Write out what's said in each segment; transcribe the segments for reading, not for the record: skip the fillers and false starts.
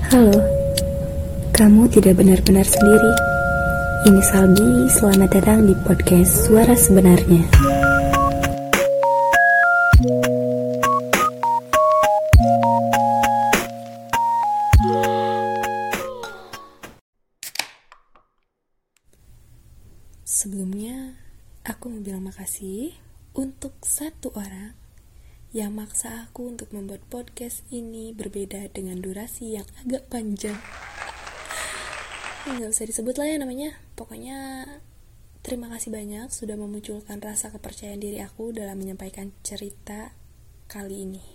Halo, kamu tidak benar-benar sendiri. Ini Salbi, selamat datang di podcast Suara Sebenarnya. Sebelumnya, aku mau bilang makasih untuk satu orang yang maksa aku untuk membuat podcast ini berbeda dengan durasi yang agak panjang. Nggak usah disebut lah ya namanya. Pokoknya terima kasih banyak sudah memunculkan rasa kepercayaan diri aku dalam menyampaikan cerita kali ini.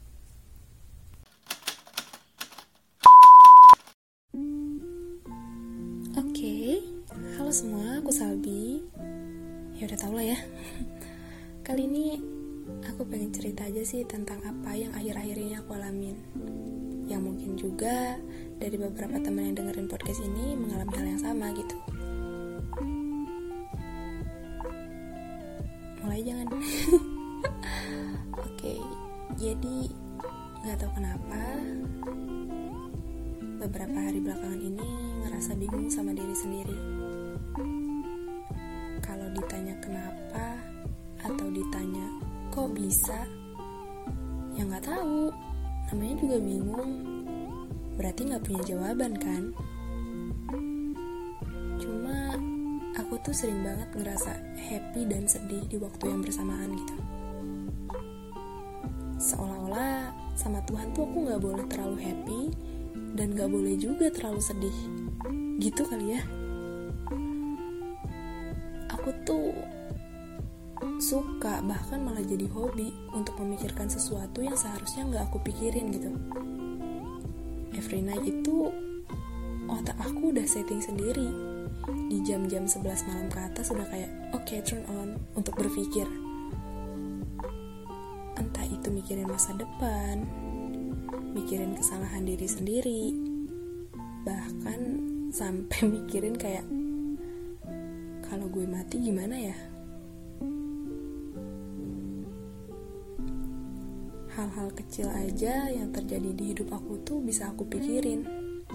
Oke, halo semua, aku Salbi. Ya udah tau lah ya. Kali ini aku pengen cerita aja sih tentang apa yang akhir-akhir ini aku alamin. Yang mungkin juga dari beberapa teman yang dengerin podcast ini mengalami hal yang sama gitu. Mulai jangan. Oke, jadi gak tahu kenapa beberapa hari belakangan ini ngerasa bingung sama diri sendiri. Kalau ditanya kenapa atau ditanya kok bisa, ya nggak tahu, namanya juga bingung, berarti nggak punya jawaban kan. Cuma aku tuh sering banget ngerasa happy dan sedih di waktu yang bersamaan gitu. Seolah-olah sama Tuhan tuh aku nggak boleh terlalu happy dan nggak boleh juga terlalu sedih, gitu kali ya. Aku tuh suka, bahkan malah jadi hobi untuk memikirkan sesuatu yang seharusnya gak aku pikirin gitu. Every night itu otak aku udah setting sendiri. Di jam-jam 11 malam ke atas udah kayak okay, turn on untuk berpikir. Entah itu mikirin masa depan, mikirin kesalahan diri sendiri, bahkan sampai mikirin kayak kalau gue mati gimana ya. Hal-hal kecil aja yang terjadi di hidup aku tuh bisa aku pikirin.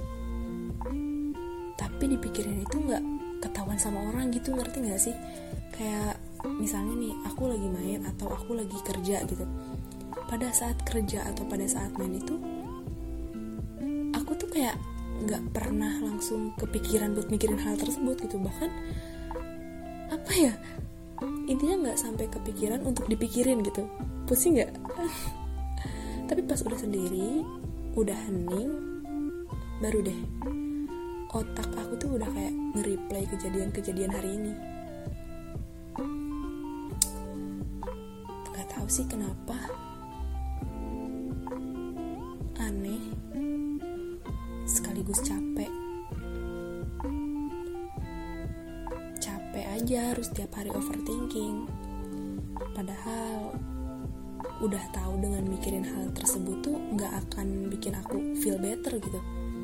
Tapi dipikirin itu gak ketahuan sama orang gitu, ngerti gak sih? Kayak misalnya nih, aku lagi main atau aku lagi kerja gitu. Pada saat kerja atau pada saat main itu, aku tuh kayak gak pernah langsung kepikiran buat mikirin hal tersebut gitu. Bahkan, apa ya, intinya gak sampai kepikiran untuk dipikirin gitu. Pusing gak? Tapi pas udah sendiri, udah hening, baru deh otak aku tuh udah kayak nge-replay kejadian-kejadian hari ini. Gak tahu sih kenapa, aneh sekaligus capek aja harus tiap hari overthinking. Padahal udah tahu dengan mikirin hal tersebut tuh gak akan bikin aku feel better gitu.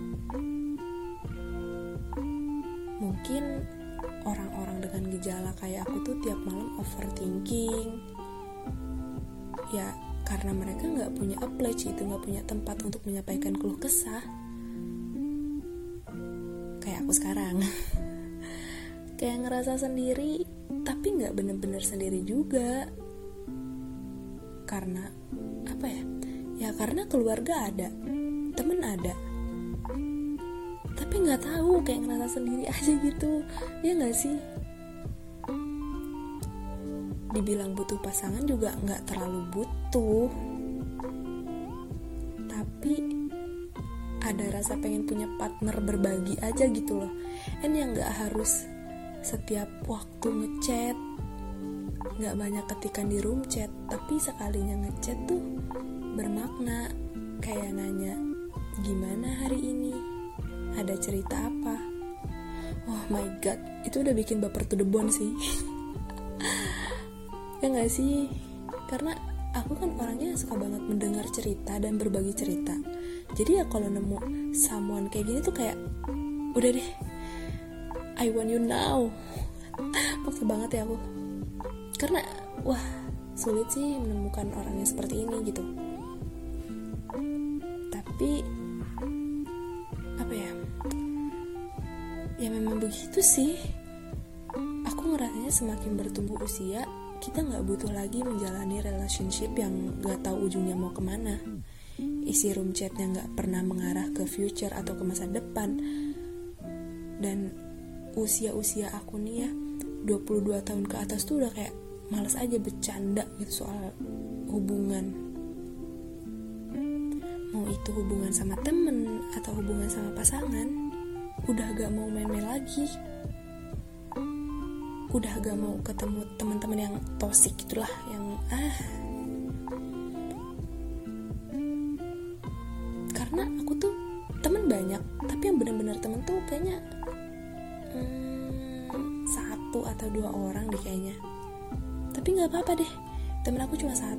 Mungkin orang-orang dengan gejala kayak aku tuh tiap malam overthinking, ya karena mereka gak punya a place itu, gak punya tempat untuk menyampaikan keluh kesah. Kayak aku sekarang. Kayak ngerasa sendiri, tapi gak bener-bener sendiri juga. Karena apa ya? Ya karena keluarga ada, temen ada, tapi nggak tahu, kayak ngerasa sendiri aja gitu. Ya nggak sih? Dibilang butuh pasangan juga nggak terlalu butuh, tapi ada rasa pengen punya partner berbagi aja gitu loh. Yang nggak harus setiap waktu ngechat, gak banyak ketikan di room chat, tapi sekalinya ngechat tuh bermakna. Kayak nanya, gimana hari ini? Ada cerita apa? Oh my god, itu udah bikin baper to the bone sih. Ya gak sih? Karena aku kan orangnya suka banget mendengar cerita dan berbagi cerita. Jadi ya kalau nemu someone kayak gini tuh kayak udah deh, I want you now. Paksa banget ya aku. Karena wah, sulit sih menemukan orang yang seperti ini gitu. Tapi begitu sih. Aku ngerasanya semakin bertumbuh usia, kita gak butuh lagi menjalani relationship yang gak tahu ujungnya mau kemana. Isi room chatnya gak pernah mengarah ke future atau ke masa depan. Dan usia-usia aku nih ya, 22 tahun ke atas tuh udah kayak malas aja bercanda gitu soal hubungan. Mau itu hubungan sama temen atau hubungan sama pasangan, udah gak mau main-main lagi. Udah gak mau ketemu teman-teman yang toksik gitulah, yang karena aku tuh teman banyak, tapi yang benar-benar teman tuh kayaknya 1 atau 2 orang deh kayaknya. Tapi nggak apa-apa deh, temen aku cuma 1,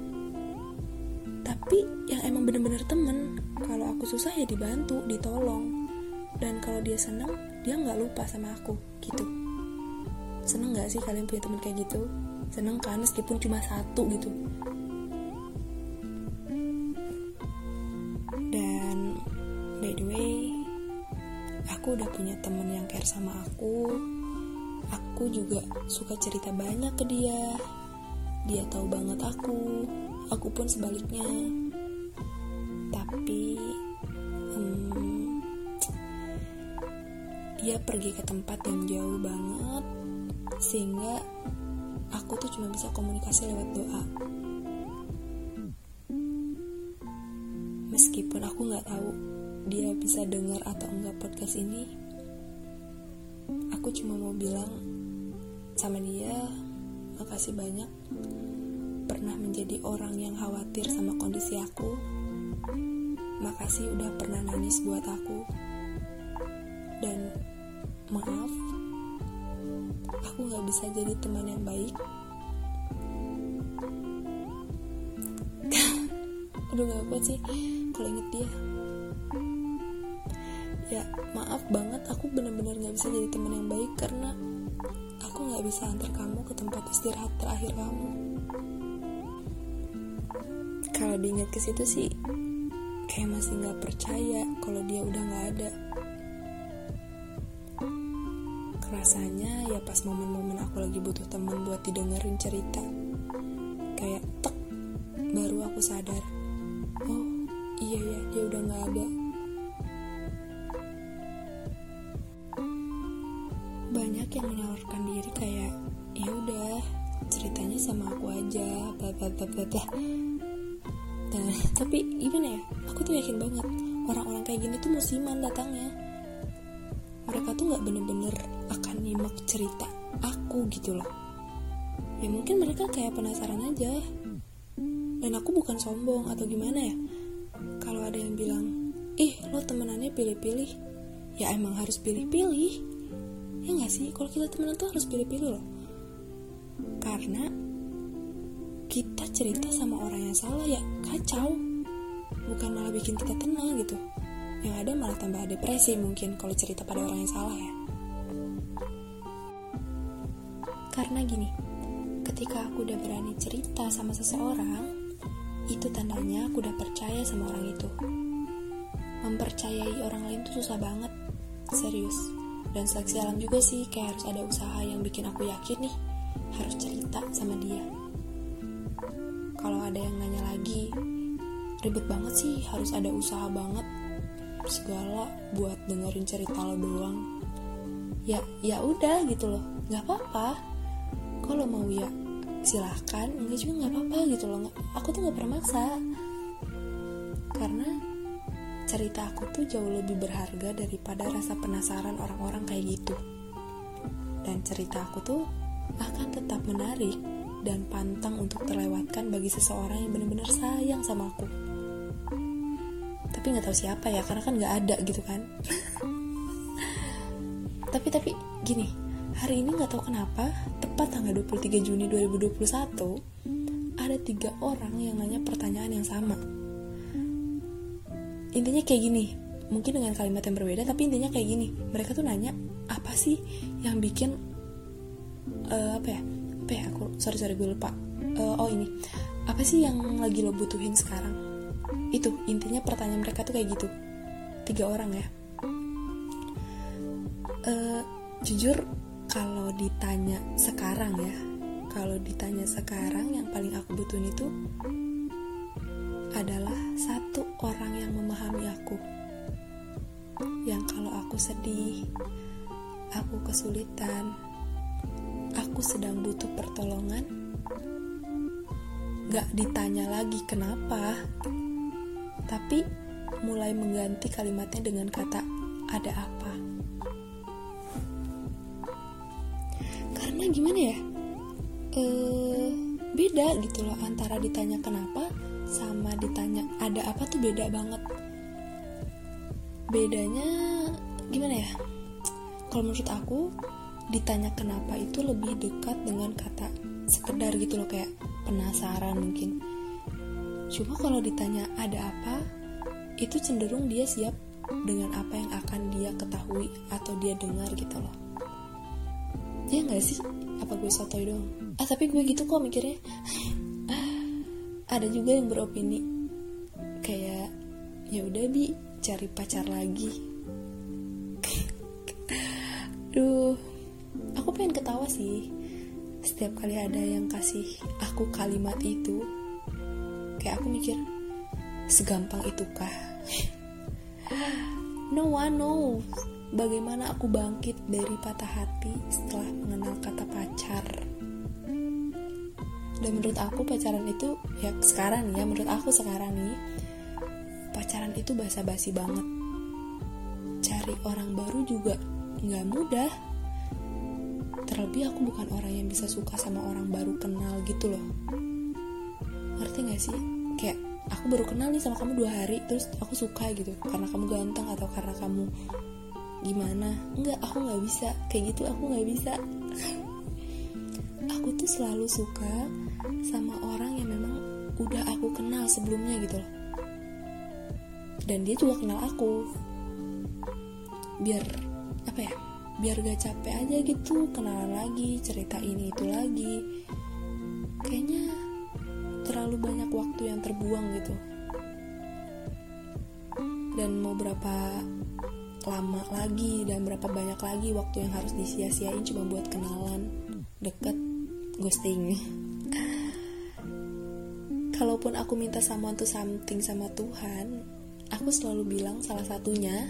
tapi yang emang benar-benar temen. Kalau aku susah ya dibantu, ditolong, dan kalau dia senang dia nggak lupa sama aku gitu. Seneng gak sih kalian punya teman kayak gitu? Seneng kan, meskipun cuma 1 gitu. Dan by the way, aku udah punya temen yang care sama aku. Aku juga suka cerita banyak ke dia. Dia tahu banget aku pun sebaliknya. Tapi dia pergi ke tempat yang jauh banget, sehingga aku tuh cuma bisa komunikasi lewat doa. Meskipun aku gak tahu dia bisa dengar atau enggak podcast ini, aku cuma mau bilang sama dia, makasih banyak pernah menjadi orang yang khawatir sama kondisi aku. Makasih udah pernah nangis buat aku. Dan maaf, aku gak bisa jadi teman yang baik. Aduh, gak kuat sih kalau inget dia. Ya maaf banget, aku benar-benar gak bisa jadi teman yang baik karena aku gak bisa antar kamu ke tempat istirahat terakhir kamu. Kalau diingat ke situ sih kayak masih gak percaya kalau dia udah gak ada. Rasanya ya pas momen-momen aku lagi butuh teman buat didengerin cerita, kayak tek, baru aku sadar, oh iya ya, dia udah gak ada. Banyak yang menawarkan diri kayak, ya udah ceritanya sama aku aja, bla bla bla bla bla. Nah, tapi gimana ya, aku tuh yakin banget orang-orang kayak gini tuh musiman datangnya. Mereka tuh gak bener-bener akan nyimak cerita aku gitu loh. Ya mungkin mereka kayak penasaran aja. Dan aku bukan sombong atau gimana ya. Kalau ada yang bilang, lo temenannya pilih-pilih, ya emang harus pilih-pilih. Ya gak sih, kalau kita temenan tuh harus pilih-pilih loh. Karena kita cerita sama orang yang salah ya kacau, bukan malah bikin kita tenang gitu. Yang ada malah tambah depresi mungkin kalau cerita pada orang yang salah ya. Karena gini, ketika aku udah berani cerita sama seseorang, itu tandanya aku udah percaya sama orang itu. Mempercayai orang lain tuh susah banget, serius. Dan seleksi alam juga sih, kayak harus ada usaha yang bikin aku yakin nih harus cerita sama dia. Kalau ada yang nanya lagi, ribet banget sih, harus ada usaha banget segala buat dengerin cerita lo doang. Ya udah gitu loh, nggak apa-apa. Kalau mau ya silahkan, enggak juga nggak apa-apa gitu loh. Aku tuh nggak pernah maksa, karena cerita aku tuh jauh lebih berharga daripada rasa penasaran orang-orang kayak gitu. Dan cerita aku tuh akan tetap menarik dan pantang untuk terlewatkan bagi seseorang yang benar-benar sayang sama aku. Tapi nggak tahu siapa ya, karena kan nggak ada gitu kan. tapi gini, hari ini nggak tahu kenapa tepat tanggal 23 Juni 2021 ada 3 orang yang nanya pertanyaan yang sama. Intinya kayak gini, mungkin dengan kalimat yang berbeda, tapi intinya kayak gini. Mereka tuh nanya, apa sih yang bikin sorry gue lupa. Ini apa sih yang lagi lo butuhin sekarang? Itu intinya pertanyaan mereka tuh kayak gitu. 3 orang ya. Jujur kalau ditanya sekarang yang paling aku butuhin itu adalah satu orang yang memahami aku. Yang kalau aku sedih, aku kesulitan, aku sedang butuh pertolongan, gak ditanya lagi kenapa, tapi mulai mengganti kalimatnya dengan kata ada apa. Karena gimana ya, beda gitu loh antara ditanya kenapa sama ditanya ada apa tuh beda banget. Bedanya gimana ya, kalau menurut aku ditanya kenapa itu lebih dekat dengan kata sekedar gitu loh, kayak penasaran mungkin. Cuma kalau ditanya ada apa, itu cenderung dia siap dengan apa yang akan dia ketahui atau dia dengar gitu loh. Ya gak sih? Apa gue sotoy doang? Tapi gue gitu kok mikirnya. Ada juga yang beropini kayak ya udah Bi, cari pacar lagi. Duh, aku pengen ketawa sih setiap kali ada yang kasih aku kalimat itu. Kayak aku mikir, segampang itukah? No one knows bagaimana aku bangkit dari patah hati setelah mengenal kata pacar. Dan menurut aku pacaran itu, ya sekarang nih ya, menurut aku sekarang nih, pacaran itu basa-basi banget. Cari orang baru juga gak mudah. Terlebih aku bukan orang yang bisa suka sama orang baru kenal gitu loh. Ngerti gak sih? Kayak aku baru kenal nih sama kamu 2 hari, terus aku suka gitu karena kamu ganteng atau karena kamu gimana. Enggak, aku gak bisa kayak gitu, aku gak bisa. Aku tuh selalu suka sama orang yang memang udah aku kenal sebelumnya gitu loh, dan dia juga kenal aku. Biar apa ya, biar gak capek aja gitu kenalan lagi, cerita ini itu lagi. Kayaknya terlalu banyak waktu yang terbuang gitu. Dan mau berapa lama lagi dan berapa banyak lagi waktu yang harus disia-siain cuma buat kenalan, deket, ghosting. Kalaupun aku minta someone to something sama Tuhan, aku selalu bilang salah satunya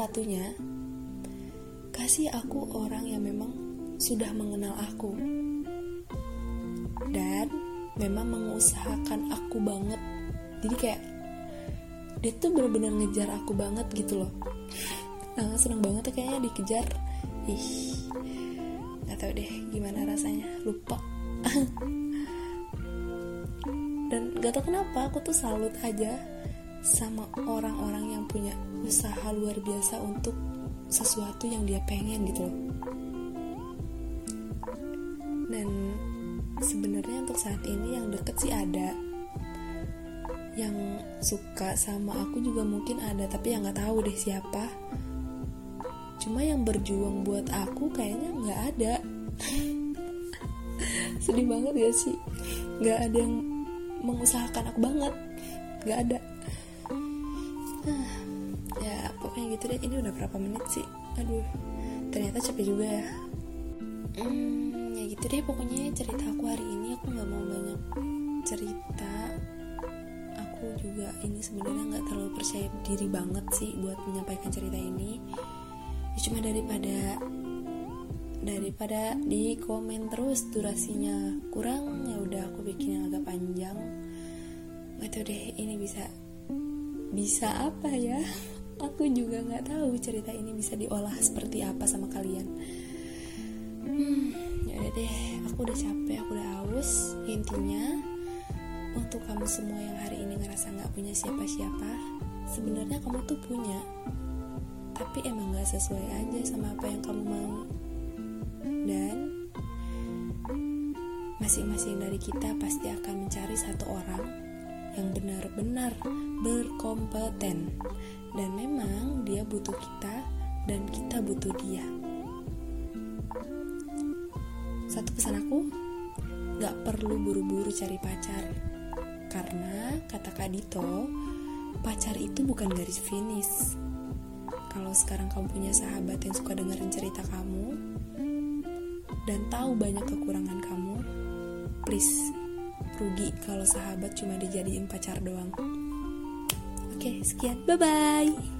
kasih aku orang yang memang sudah mengenal aku dan memang mengusahakan aku banget. Jadi kayak dia tuh benar-benar ngejar aku banget gitu loh. Nah, seneng banget tuh kayaknya dikejar. Gak tau deh gimana rasanya, lupa. Dan gak tau kenapa aku tuh salut aja sama orang-orang yang punya usaha luar biasa untuk sesuatu yang dia pengen gitu loh. Dan sebenarnya untuk saat ini yang deket sih ada, yang suka sama aku juga mungkin ada, tapi yang nggak tahu deh siapa. Cuma yang berjuang buat aku kayaknya nggak ada. Sedih banget ya sih, nggak ada yang mengusahakan aku banget, nggak ada. Ya pokoknya gitu deh. Ini udah berapa menit sih, aduh ternyata capek juga ya. Ya gitu deh pokoknya cerita aku hari ini. Aku nggak mau banyak cerita, aku juga ini sebenarnya nggak terlalu percaya diri banget sih buat menyampaikan cerita ini. Ya, cuma daripada di komen terus durasinya kurang, ya udah aku bikin yang agak panjang. Nggak tahu deh ini bisa apa ya. Aku juga nggak tahu cerita ini bisa diolah seperti apa sama kalian. Ya udah deh, aku udah capek, aku udah haus. Intinya untuk kamu semua yang hari ini ngerasa nggak punya siapa-siapa, sebenarnya kamu tuh punya, tapi emang nggak sesuai aja sama apa yang kamu mau. Dan masing-masing dari kita pasti akan mencari satu orang yang benar-benar berkompeten, dan memang dia butuh kita dan kita butuh dia. Satu pesan aku, gak perlu buru-buru cari pacar, karena kata Kak Dito, pacar itu bukan garis finish. kalau sekarang kamu punya sahabat yang suka dengerin cerita kamu dan tahu banyak kekurangan kamu, please, rugi kalau sahabat cuma dijadiin pacar doang. Oke, sekian, bye-bye.